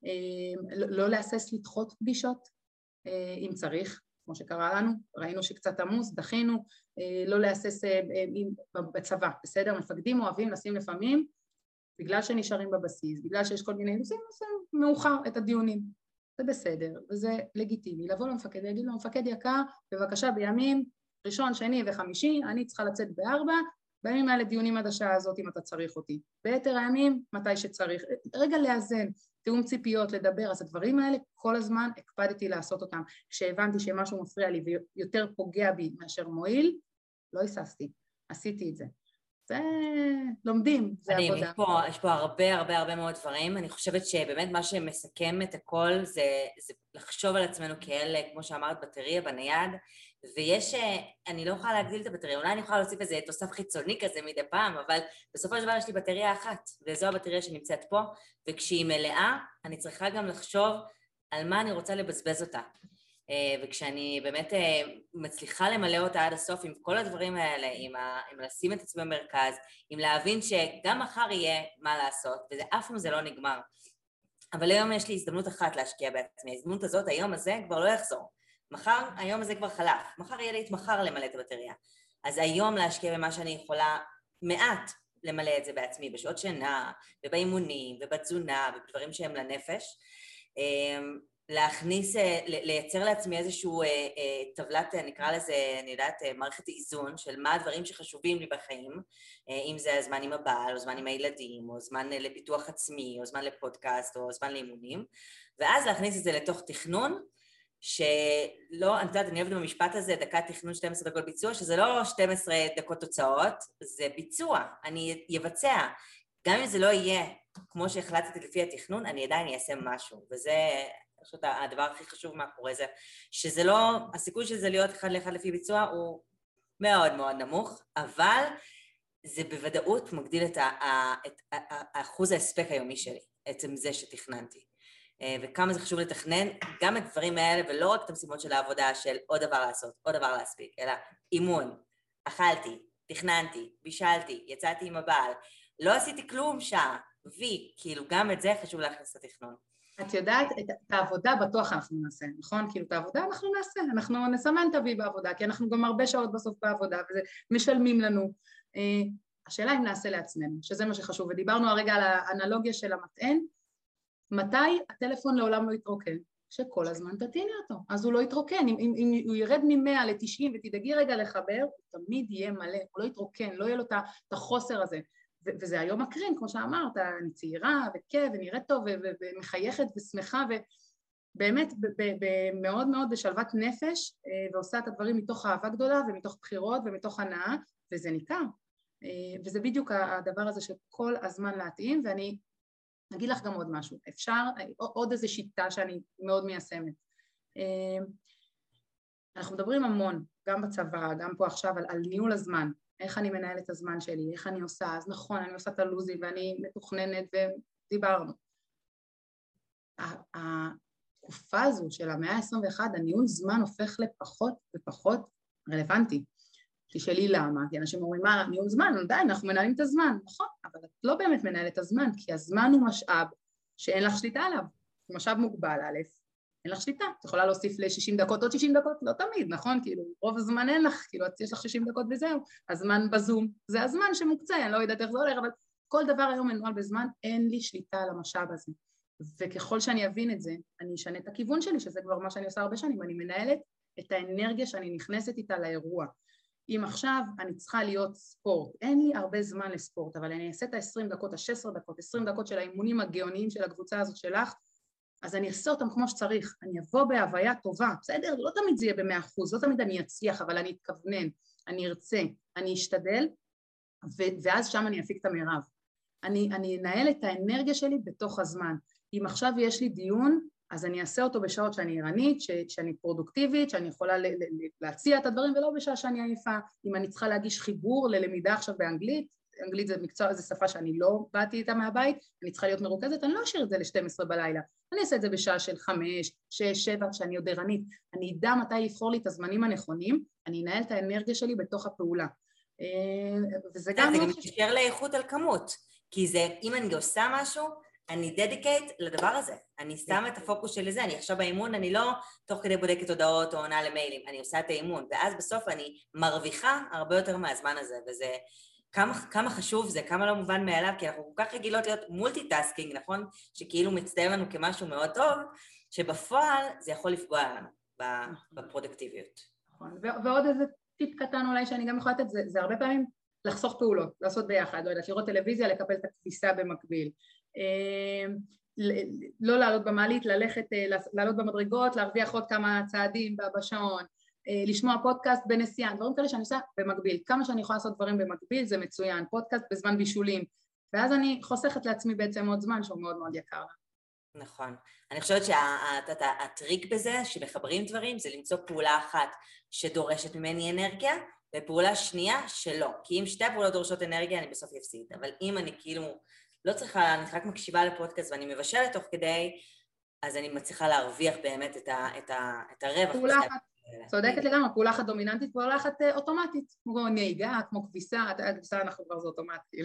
לא להסס לדחות פגישות, אם צריך, כמו שקרה לנו, ראינו שקצת עמוס, דחינו, לא להסס בצבא, בסדר? מפקדים אוהבים לשים לפעמים, בגלל שנשארים בבסיס, בגלל שיש כל מיני נושאים, מאוחר את הדיונים, זה בסדר, וזה לגיטימי, לבוא למפקד, להגיד לו, מפקד יקר, בבקשה בימים, ראשון, שני וחמישי, אני צריכה לצאת ב4, בימים האלה דיונים עד השעה הזאת אם אתה צריך אותי, ביתר הימים, מתי שצריך, רגע לאזן, תיאום ציפיות, לדבר, אז הדברים האלה כל הזמן הקפדתי לעשות אותם. כשהבנתי שמשהו מפריע לי ויותר פוגע בי מאשר מועיל, לא היססתי, עשיתי את זה. זה לומדים, זה עבודה. יש פה הרבה מאוד דברים. אני חושבת שבאמת מה שמסכם את הכל זה לחשוב על עצמנו כאלה, כמו שאמרת, בטריה, בנייד, ויש, אני לא יכולה להגדיל את הבטריה, אולי אני יכולה להוסיף איזה תוסף חיצוני כזה מדי פעם, אבל בסופו של דבר יש לי בטריה אחת, וזו הבטריה שנמצאת פה, וכשהיא מלאה, אני צריכה גם לחשוב על מה אני רוצה לבזבז אותה. וכשאני באמת מצליחה למלא אותה עד הסוף עם כל הדברים האלה, עם לשים את עצמי במרכז, עם להבין שגם מחר יהיה מה לעשות, וזה אף פעם זה לא נגמר. אבל היום יש לי הזדמנות אחת להשקיע בעצמי, ההזדמנות הזאת, היום הזה כבר לא יחזור. מחר, היום הזה כבר חלף, מחר יהיה לי את מחר למלא את הבטריה. אז היום להשקיע במה שאני יכולה מעט למלא את זה בעצמי, בשעות שינה, ובאימונים, ובתזונה, ובדברים שהם לנפש, להכניס, לייצר לעצמי איזשהו טבלת, נקרא לזה, אני יודעת, מערכת איזון של מה הדברים שחשובים לי בחיים, אם זה הזמן עם הבעל, או זמן עם הילדים, או זמן לפיתוח עצמי, או זמן לפודקאסט, או זמן לאימונים, ואז להכניס את זה לתוך תכנון, שלא, אני יודעת, אני אוהבת במשפט הזה, דקת תכנון 12 דקות ביצוע, שזה לא 12 דקות תוצאות, זה ביצוע, אני אבצע, גם אם זה לא יהיה כמו שהחלטתי לפי התכנון, אני עדיין אעשה משהו, וזה פשוט הדבר הכי חשוב מאחורי זה, שזה לא, הסיכוי של זה להיות אחד לאחד לפי ביצוע הוא מאוד מאוד נמוך, אבל זה בוודאות מגדיל את האחוז ההספק היומי שלי, עצם זה שתכננתי. וכמה זה חשוב לתכנן גם את הדברים האלה, ולא רק את המשימות של העבודה של עוד דבר לעשות, עוד דבר להספיק, אלא אימון, אכלתי, תכננתי, בישלתי, יצאתי עם הבעל, לא עשיתי כלום שעה, כאילו גם את זה חשוב להכניס לתכנון. את יודעת, את העבודה בטוח אנחנו נעשה, נכון? כאילו את העבודה אנחנו נעשה, אנחנו נסמן תביא בעבודה, כי אנחנו גם הרבה שעות בסוף בעבודה, וזה משלמים לנו. השאלה אם נעשה לעצמנו, שזה מה שחשוב, ודיברנו הרגע על האנלוגיה של המטען, מתי הטלפון לעולם לא יתרוקן? שכל הזמן תתיני אותו, אז הוא לא יתרוקן, אם הוא ירד מ-100 ל-90 ותדאגי רגע לחבר, הוא תמיד יהיה מלא, הוא לא יתרוקן, לא יהיה לו את החוסר הזה, וזה היום מקרין, כמו שאמרת, אני צעירה וכיף ונראית טוב ומחייכת ושמחה, ובאמת מאוד מאוד בשלוות נפש, ועושה את הדברים מתוך אהבה גדולה ומתוך בחירות ומתוך הנאה, וזה ניכר, וזה בדיוק הדבר הזה שכל הזמן להתאים, ואני אגיד לך גם עוד משהו, אפשר, עוד איזו שיטה שאני מאוד מיישמת. אנחנו מדברים המון, גם בצבא, גם פה עכשיו, על ניהול הזמן, איך אני מנהלת את הזמן שלי, איך אני עושה, אז נכון, אני עושה את הלוזי ואני מתוכננת ודיברנו. התקופה הזו של המאה ה-21, הניהול זמן הופך לפחות ופחות רלוונטי. תשאלי למה, כי אנשים אומרים, מה, ניהול זמן, עדיין, אנחנו מנהלים את הזמן, נכון, אבל את לא באמת מנהלת את הזמן, כי הזמן הוא משאב שאין לך שליטה עליו, הוא משאב מוגבל, א', אין לך שליטה, את יכולה להוסיף ל-60 דקות, עוד 60 דקות, לא תמיד, נכון, כאילו, רוב הזמן אין לך, כאילו, יש לך 60 דקות וזהו, הזמן בזום, זה הזמן שמוקצה, אני לא יודעת איך זה הולך, אבל כל דבר היום מנוהל בזמן, אין לי שליטה על המשאב הזה, וככל שאני אבין את זה, אני אשנה את הכיוון שלי, שזה כבר מה שאני עושה הרבה שנים, אני מנהלת את האנרגיה שאני נכנסת איתה לאירוע. אם עכשיו אני צריכה להיות ספורט, אין לי הרבה זמן לספורט, אבל אני אעשה את ה-20 דקות, ה-16 דקות, 20 דקות של האימונים הגאוניים של הקבוצה הזאת שלך, אז אני אעשה אותם כמו שצריך, אני אבוא בהוויה טובה, בסדר? לא תמיד זה יהיה ב100%, לא תמיד אני אצליח, אבל אני אתכוונן, אני ארצה, אני אשתדל, ואז שם אני אפיק את המרב. אני אנהל את האנרגיה שלי בתוך הזמן. אם עכשיו יש לי דיון, אז אני אעשה אותו בשעות שאני ערנית, שאני פרודוקטיבית, שאני יכולה להציע את הדברים, ולא בשעה שאני עייפה. אם אני צריכה להגיש חיבור ללמידה עכשיו באנגלית, אנגלית זה מקצוע, זה שפה שאני לא באתי איתה מהבית, אני צריכה להיות מרוכזת, אני לא אשאיר את זה ל-12 בלילה. אני אעשה את זה בשעה של 5, 6, 7, שאני עוד ערנית. אני אדע מתי לבחור לי את הזמנים הנכונים, אני אנהל את האנרגיה שלי בתוך הפעולה. וזה גם... זה גם מתקשר לאיכות על כמות, כי זה, אם אני עושה משהו, אני דדיקייט לדבר הזה, אני שמה את הפוקוס שלי לזה, אני עכשיו באימון, אני לא תוך כדי בודקת הודעות או עונה למיילים, אני עושה את האימון, ואז בסוף אני מרוויחה הרבה יותר מהזמן הזה, וזה כמה חשוב זה, כמה לא מובן מאליו, כי אנחנו כל כך רגילות להיות מולטיטאסקינג, נכון? שכאילו מצטער לנו כמשהו מאוד טוב, שבפועל זה יכול לפגוע לנו בפרודקטיביות. נכון, ועוד איזה טיפ קטן אולי שאני גם יכולה לתת, זה הרבה פעמים לחסוך פעולות, לעשות ביחד, לא יודעת, לראות טלוויזיה, לקבל את הכביסה במקביל. לא לעלות במעלית, לעלות במדרגות, להרוויח עוד כמה צעדים בשעון, לשמוע פודקאסט בנסיעה, דברים כאלה שאני עושה במקביל. כמה שאני יכולה לעשות דברים במקביל זה מצוין, פודקאסט בזמן בישולים, ואז אני חוסכת לעצמי בעצם עוד זמן שהוא מאוד מאוד יקר. נכון. אני חושבת שהטריק בזה, שמחברים דברים, זה למצוא פעולה אחת שדורשת ממני אנרגיה, ופעולה שנייה שלא. כי אם שתי הפעולות דורשות אנרגיה, אני בסוף אפסיד. אבל אם אני כאילו לא צריכה, אני רק מקשיבה לפודקאסט ואני מבשלת תוך כדי, אז אני מצליחה להרוויח באמת את הרווח. פעולה אחת, צודקת לגמרי, פעולה אחת דומיננטית, פעולה אחת אוטומטית, כמו נהיגה, כמו כביסה, הכביסה אנחנו כבר זה אוטומטי.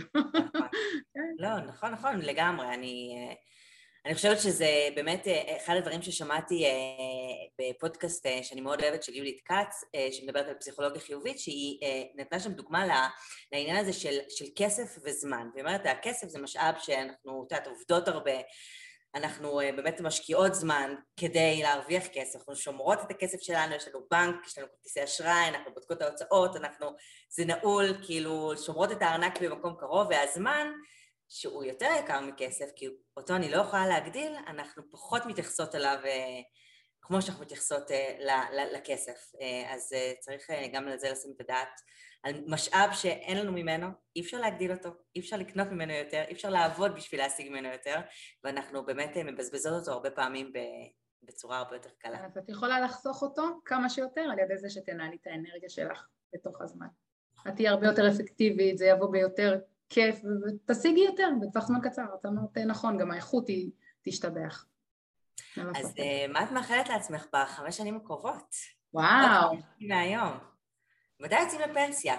לא, נכון, לגמרי. אני חושבת שזה באמת אחד הדברים ששמעתי בפודקאסט שאני מאוד אוהבת של יולית קץ, שמדברת על פסיכולוגיה חיובית, שהיא נתנה שם דוגמה לעניין הזה של כסף וזמן. והיא אומרת, הכסף זה משאב שאנחנו עובדות הרבה, אנחנו באמת משקיעות זמן כדי להרוויח כסף, אנחנו שומרות את הכסף שלנו, יש לנו בנק, יש לנו כרטיסי אשראי, אנחנו בודקות את ההוצאות, זה נעול, כאילו שומרות את הארנק במקום קרוב, והזמן שהוא יותר יקר מכסף, כי אותו אני לא יכולה להגדיל, אנחנו פחות מתייחסות אליו כמו שאנחנו מתייחסות לכסף. אז צריך גם על זה לשים את הדעת, על משאב שאין לנו ממנו, אי אפשר להגדיל אותו, אי אפשר לקנות ממנו יותר, אי אפשר לעבוד בשביל להשיג ממנו יותר, ואנחנו באמת מבזבזות אותו הרבה פעמים בצורה הרבה יותר קלה. אז את יכולה לחסוך אותו כמה שיותר על ידי זה שתנהלי את האנרגיה שלך בתוך הזמן. את תהיה הרבה יותר אפקטיבית, זה יבוא ביותר כיף, ותשיגי יותר בטווח זמן קצר. את אמרת נכון, גם האיכות היא תשתבח. אז מה את מאחלת לעצמך ב5 שנים הקרובות? וואו. מהיום. מתי יוצאים לפנסיה?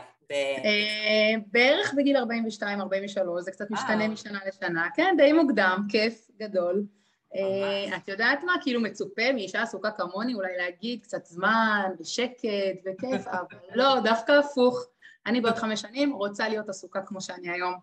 בערך בגיל 42-43, זה קצת משתנה משנה לשנה, כן, די מוקדם, כיף, גדול. את יודעת מה? כאילו מצופה מאישה עסוקה כמוני, אולי להגיד קצת זמן ושקט וכיף, אבל לא, דווקא הפוך. אני בעוד 5 שנים רוצה להיות עסוקה כמו שאני היום.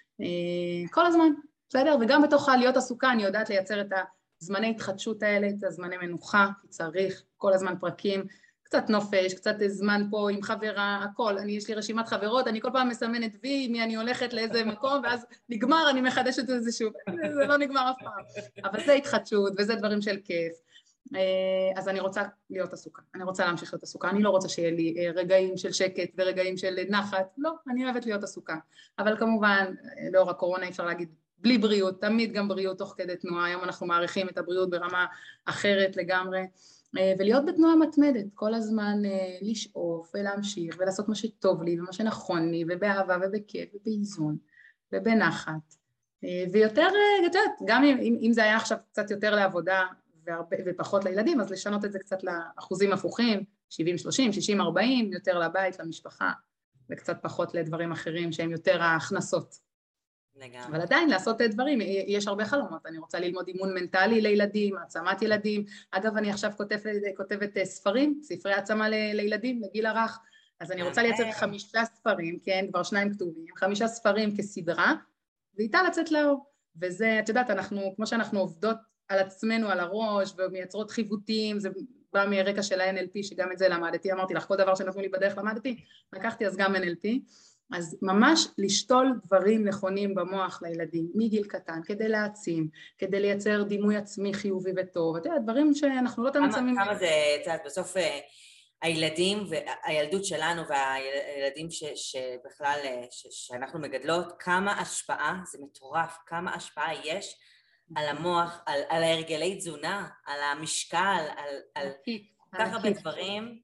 כל הזמן, בסדר? וגם בתוך להיות עסוקה אני יודעת לייצר את הזמני התחדשות האלה, את הזמני מנוחה, כי צריך כל הזמן פרקים, קצת נופש, קצת זמן פה עם חברה, הכל. יש לי רשימת חברות, אני כל פעם מסמנת וי, מי אני הולכת לאיזה מקום, ואז נגמר, אני מחדשת את זה שוב. זה לא נגמר אף פעם. אבל זה התחדשות, וזה דברים של כיף. אז אני רוצה להיות עסוקה, אני רוצה להמשיך להיות עסוקה, אני לא רוצה שיהיה לי רגעים של שקט ורגעים של נחת, לא, אני אוהבת להיות עסוקה. אבל כמובן, לאור הקורונה אפשר להגיד, בלי בריאות, תמיד גם בריאות תוך כדי תנועה, היום אנחנו מעריכים את הבריאות ברמה אחרת לגמרי, ולהיות בתנועה מתמדת, כל הזמן לשאוף ולהמשיך ולעשות מה שטוב לי ומה שנכון לי, ובאהבה ובכיף ובאיזון ובנחת, ויותר, גם אם זה היה עכשיו קצת יותר לעבודה ופחות לילדים, אז לשנות את זה קצת לאחוזים הפוכים, 70-30, 60-40, יותר לבית, למשפחה, וקצת פחות לדברים אחרים שהם יותר ההכנסות. לגמרי. אבל עדיין לעשות דברים, יש הרבה חלומות, אני רוצה ללמוד אימון מנטלי לילדים, העצמת ילדים, אגב אני עכשיו כותבת ספרים, ספרי העצמה לילדים, לגיל הרך, אז אני רוצה לייצר 5 ספרים, כן, כבר 2 כתובים, 5 ספרים כסדרה, ואיתה לצאת לאור, וזה, את יודעת, אנחנו, כמו שאנחנו עובדות על עצמנו, על הראש, ומייצרות חיווטים, זה בא מרקע של ה-NLP, שגם את זה למדתי, אמרתי לך, כל דבר שנתנו לי בדרך למדתי, לקחתי אז גם NLP, אז ממש לשתול דברים נכונים במוח לילדים, מגיל קטן, כדי להעצים, כדי לייצר דימוי עצמי חיובי וטוב, אתה יודע, דברים שאנחנו לא תמיד שמים... כמה זה, בסוף הילדים והילדות שלנו והילדים שבכלל, שאנחנו מגדלות, כמה השפעה, זה מטורף, כמה השפעה יש על המוח, על ההרגלי תזונה, על המשקל, על כך הרבה דברים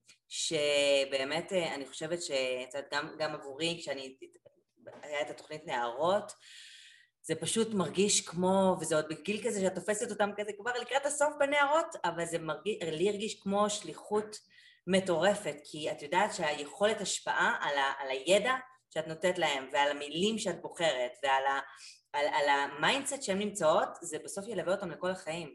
שבאמת אני חושבת גם עבורי, כשאני היה את התוכנית נערות, זה פשוט מרגיש כמו, וזה עוד בגיל כזה שאת תופסת אותם כזה כבר לקראת הסוף בנערות, אבל זה לי הרגיש כמו שליחות מטורפת, כי את יודעת שהיכולת השפעה על הידע שאת נותנת להם, ועל המילים שאת בוחרת, ועל המיינדסט שהן נמצאות, זה בסוף ילווה אותם לכל החיים.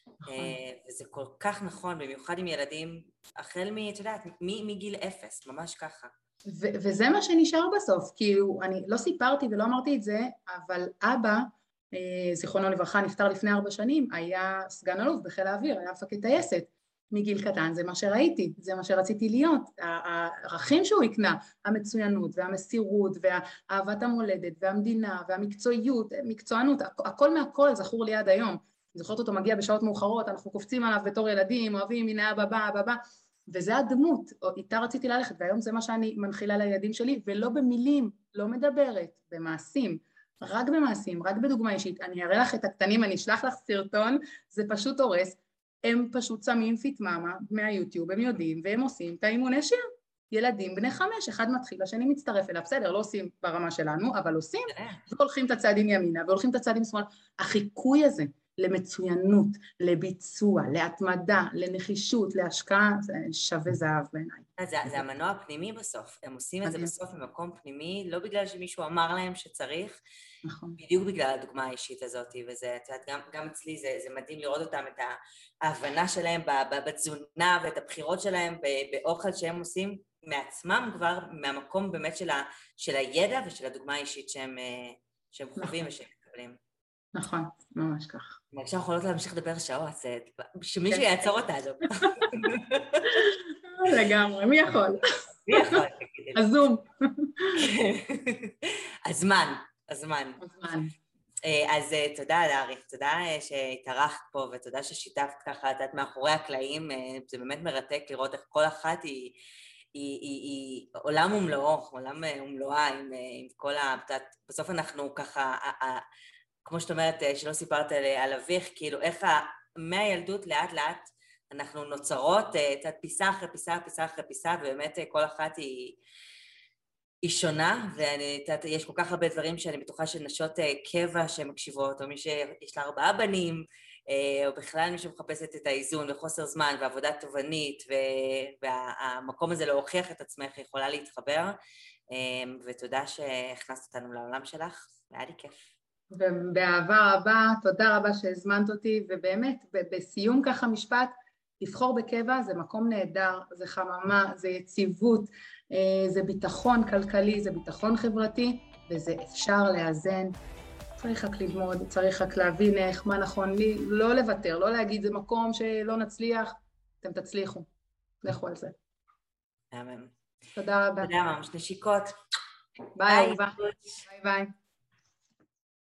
וזה כל כך נכון, במיוחד עם ילדים, החל את יודעת, מגיל 0, ממש ככה. וזה מה שנשאר בסוף, כאילו, אני לא סיפרתי ולא אמרתי את זה, אבל אבא, זיכרונו לברכה, נפטר לפני 4 שנים, היה סגן אלוף בחיל האוויר, היה מפקד טייסת. מגיל קטן, זה מה שראיתי, זה מה שרציתי להיות, הערכים שהוא הקנה, המצוינות והמסירות והאהבת המולדת והמדינה והמקצועיות, מקצוענות, הכל מהכל זכור לי עד היום. אני זוכרת אותו מגיע בשעות מאוחרות, אנחנו קופצים עליו בתור ילדים, אוהבים, הנה אבא, וזה הדמות, איתה רציתי ללכת, והיום זה מה שאני מנחילה לילדים שלי, ולא במילים, לא מדברת, במעשים, רק במעשים, רק בדוגמה אישית. אני אראה לך את הקטנים, אני אשלח לך סרטון, זה פשוט הורס, הם פשוט שמים פיט מאמה מהיוטיוב, הם יודעים, והם עושים את האימוני שיר. ילדים בני 5, אחד מתחיל, השני מצטרף אליו, בסדר, לא עושים ברמה שלנו, אבל עושים, והולכים את הצעדים ימינה, והולכים את הצעדים שמאלה. החיקוי הזה למצוינות, לביצוע, להתמדה, לנחישות, להשקעה, זה שווה זהב בעיניי. זה המנוע הפנימי בסוף, הם עושים את זה בסוף במקום פנימי, לא בגלל שמישהו אמר להם שצריך, בדיוק בגלל הדוגמה האישית הזאת, וזה, את יודעת, גם אצלי זה מדהים לראות אותם, את ההבנה שלהם בתזונה ואת הבחירות שלהם באוכל שהם עושים מעצמם כבר, מהמקום באמת של הידע ושל הדוגמה האישית שהם חווים ושהם מקבלים. נכון, ממש כך. עכשיו יכולות להמשיך לדבר שעות, שמישהו יעצור אותנו. לגמרי, מי יכול? מי יכול? הזום. הזמן. אז תודה לארי, תודה שהתארחת פה ותודה ששיתפת ככה, את מאחורי הקלעים, זה באמת מרתק לראות איך כל אחת היא עולם ומלואה עם כל בסוף אנחנו ככה, כמו שאת אומרת, שלא סיפרת על אביך, כאילו איך מהילדות לאט לאט אנחנו נוצרות, פיסה אחרי פיסה, פיסה אחרי פיסה, ובאמת כל אחת היא שונה, ויש כל כך הרבה דברים שאני בטוחה שנשות קבע שמקשיבות, או מי שיש לה 4 בנים, או בכלל מי שמחפשת את האיזון וחוסר זמן ועבודה תובנית, והמקום הזה להוכיח את עצמך יכולה להתחבר, ותודה שהכנסת אותנו לעולם שלך, היה לי כיף. ובאהבה רבה, תודה רבה שהזמנת אותי, ובאמת, בסיום ככה משפט, לבחור בקבע זה מקום נהדר, זה חממה, זה יציבות, זה ביטחון כלכלי, זה ביטחון חברתי, וזה אפשר לאזן. צריך רק ללמוד, צריך רק להבין איך, מה נכון לי, לא לוותר, לא להגיד זה מקום שלא נצליח, אתם תצליחו, לכו על זה. אמן. תודה רבה. תודה ממש, נשיקות. ביי, ביי. ביי.